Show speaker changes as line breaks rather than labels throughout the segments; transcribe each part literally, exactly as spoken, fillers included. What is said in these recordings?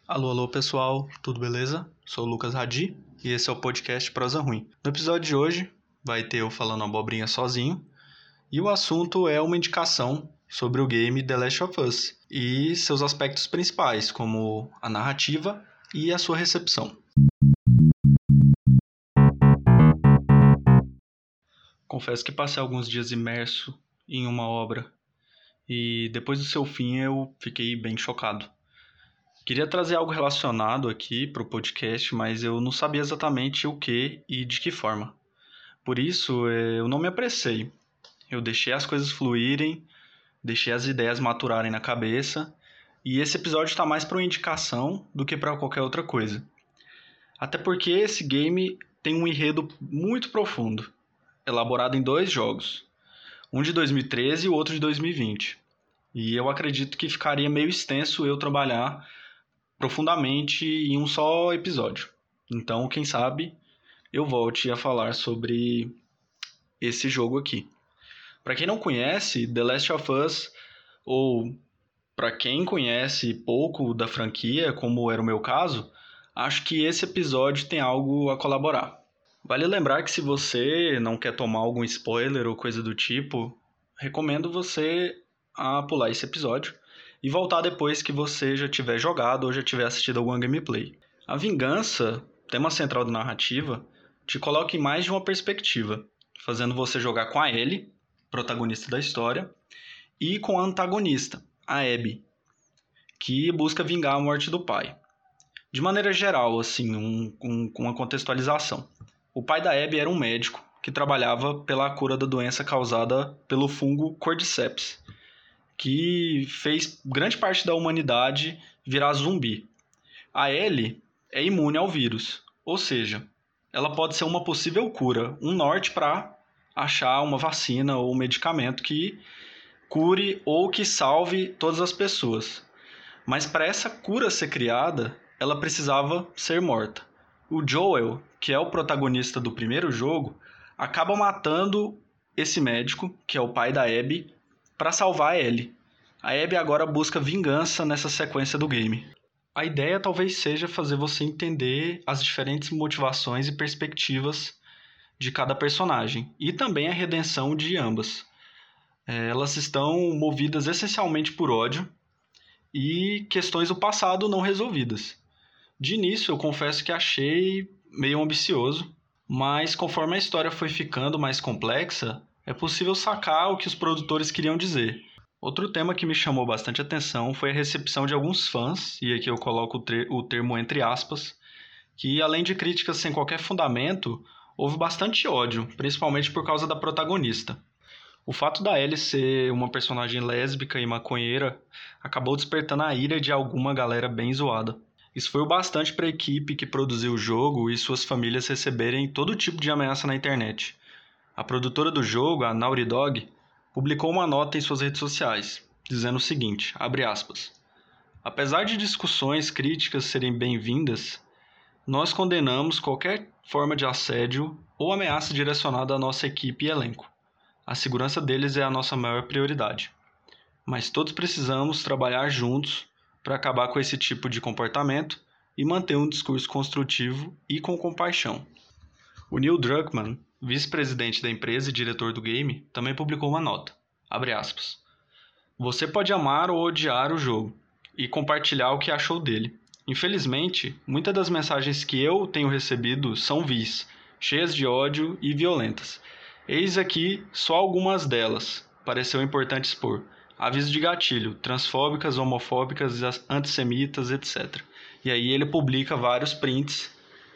Alô, alô pessoal, tudo beleza? Sou o Lucas Hadi e esse é o podcast Prosa Ruim. No episódio de hoje vai ter eu falando abobrinha sozinho e o assunto é uma indicação sobre o game The Last of Us e seus aspectos principais, como a narrativa e a sua recepção. Confesso que passei alguns dias imerso em uma obra e depois do seu fim eu fiquei bem chocado. Queria trazer algo relacionado aqui para o podcast, mas eu não sabia exatamente o que e de que forma. Por isso, eu não me apressei. Eu deixei as coisas fluírem, deixei as ideias maturarem na cabeça, e esse episódio está mais para uma indicação do que para qualquer outra coisa. Até porque esse game tem um enredo muito profundo, elaborado em dois jogos, um de dois mil e treze e o outro de dois mil e vinte. E eu acredito que ficaria meio extenso eu trabalhar profundamente em um só episódio. Então, quem sabe, eu volte a falar sobre esse jogo aqui. Para quem não conhece, The Last of Us, ou para quem conhece pouco da franquia, como era o meu caso, acho que esse episódio tem algo a colaborar. Vale lembrar que se você não quer tomar algum spoiler ou coisa do tipo, recomendo você a pular esse episódio e voltar depois que você já tiver jogado ou já tiver assistido alguma gameplay. A vingança, tema central da narrativa, te coloca em mais de uma perspectiva, fazendo você jogar com a Ellie, protagonista da história, e com a antagonista, a Abby, que busca vingar a morte do pai. De maneira geral, assim, um, um, uma contextualização. O pai da Abby era um médico que trabalhava pela cura da doença causada pelo fungo Cordyceps, que fez grande parte da humanidade virar zumbi. A Ellie é imune ao vírus, ou seja, ela pode ser uma possível cura, um norte para achar uma vacina ou um medicamento que cure ou que salve todas as pessoas. Mas para essa cura ser criada, ela precisava ser morta. O Joel, que é o protagonista do primeiro jogo, acaba matando esse médico, que é o pai da Abby, para salvar a Ellie. A Abby agora busca vingança nessa sequência do game. A ideia talvez seja fazer você entender as diferentes motivações e perspectivas de cada personagem, e também a redenção de ambas. Elas estão movidas essencialmente por ódio e questões do passado não resolvidas. De início, eu confesso que achei meio ambicioso, mas conforme a história foi ficando mais complexa, é possível sacar o que os produtores queriam dizer. Outro tema que me chamou bastante atenção foi a recepção de alguns fãs, e aqui eu coloco o, ter- o termo entre aspas, que além de críticas sem qualquer fundamento, houve bastante ódio, principalmente por causa da protagonista. O fato da Ellie ser uma personagem lésbica e maconheira acabou despertando a ira de alguma galera bem zoada. Isso foi o bastante para a equipe que produziu o jogo e suas famílias receberem todo tipo de ameaça na internet. A produtora do jogo, a Naughty Dog, publicou uma nota em suas redes sociais, dizendo o seguinte, abre aspas, apesar de discussões críticas serem bem-vindas, nós condenamos qualquer forma de assédio ou ameaça direcionada à nossa equipe e elenco. A segurança deles é a nossa maior prioridade. Mas todos precisamos trabalhar juntos para acabar com esse tipo de comportamento e manter um discurso construtivo e com compaixão. O Neil Druckmann, vice-presidente da empresa e diretor do game, também publicou uma nota. Abre aspas. Você pode amar ou odiar o jogo e compartilhar o que achou dele. Infelizmente, muitas das mensagens que eu tenho recebido são vis, cheias de ódio e violentas. Eis aqui só algumas delas, pareceu importante expor. Aviso de gatilho, transfóbicas, homofóbicas, antissemitas, etcétera. E aí ele publica vários prints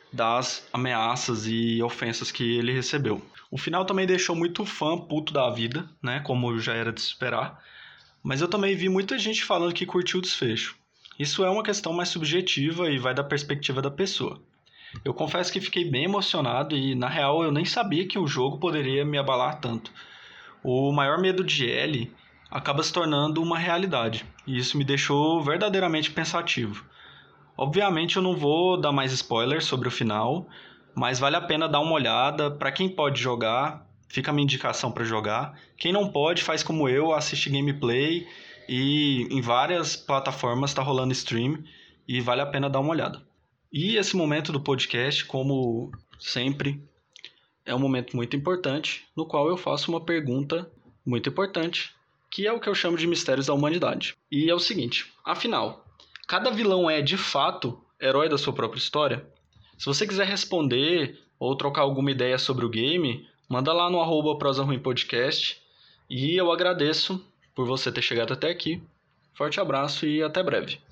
das ameaças e ofensas que ele recebeu. O final também deixou muito fã puto da vida, né, como já era de se esperar, mas eu também vi muita gente falando que curtiu o desfecho. Isso é uma questão mais subjetiva e vai da perspectiva da pessoa. Eu confesso que fiquei bem emocionado e, na real, eu nem sabia que o jogo poderia me abalar tanto. O maior medo de Ellie acaba se tornando uma realidade, e isso me deixou verdadeiramente pensativo. Obviamente eu não vou dar mais spoilers sobre o final, mas vale a pena dar uma olhada. Para quem pode jogar, fica a minha indicação para jogar. Quem não pode, faz como eu, assiste gameplay e em várias plataformas está rolando stream. e vale a pena dar uma olhada. E esse momento do podcast, como sempre, é um momento muito importante, no qual eu faço uma pergunta muito importante, que é o que eu chamo de mistérios da humanidade. E é o seguinte, afinal, cada vilão é, de fato, herói da sua própria história? Se você quiser responder ou trocar alguma ideia sobre o game, manda lá no arroba Prosa Ruim Podcast. E eu agradeço por você ter chegado até aqui. Forte abraço e até breve.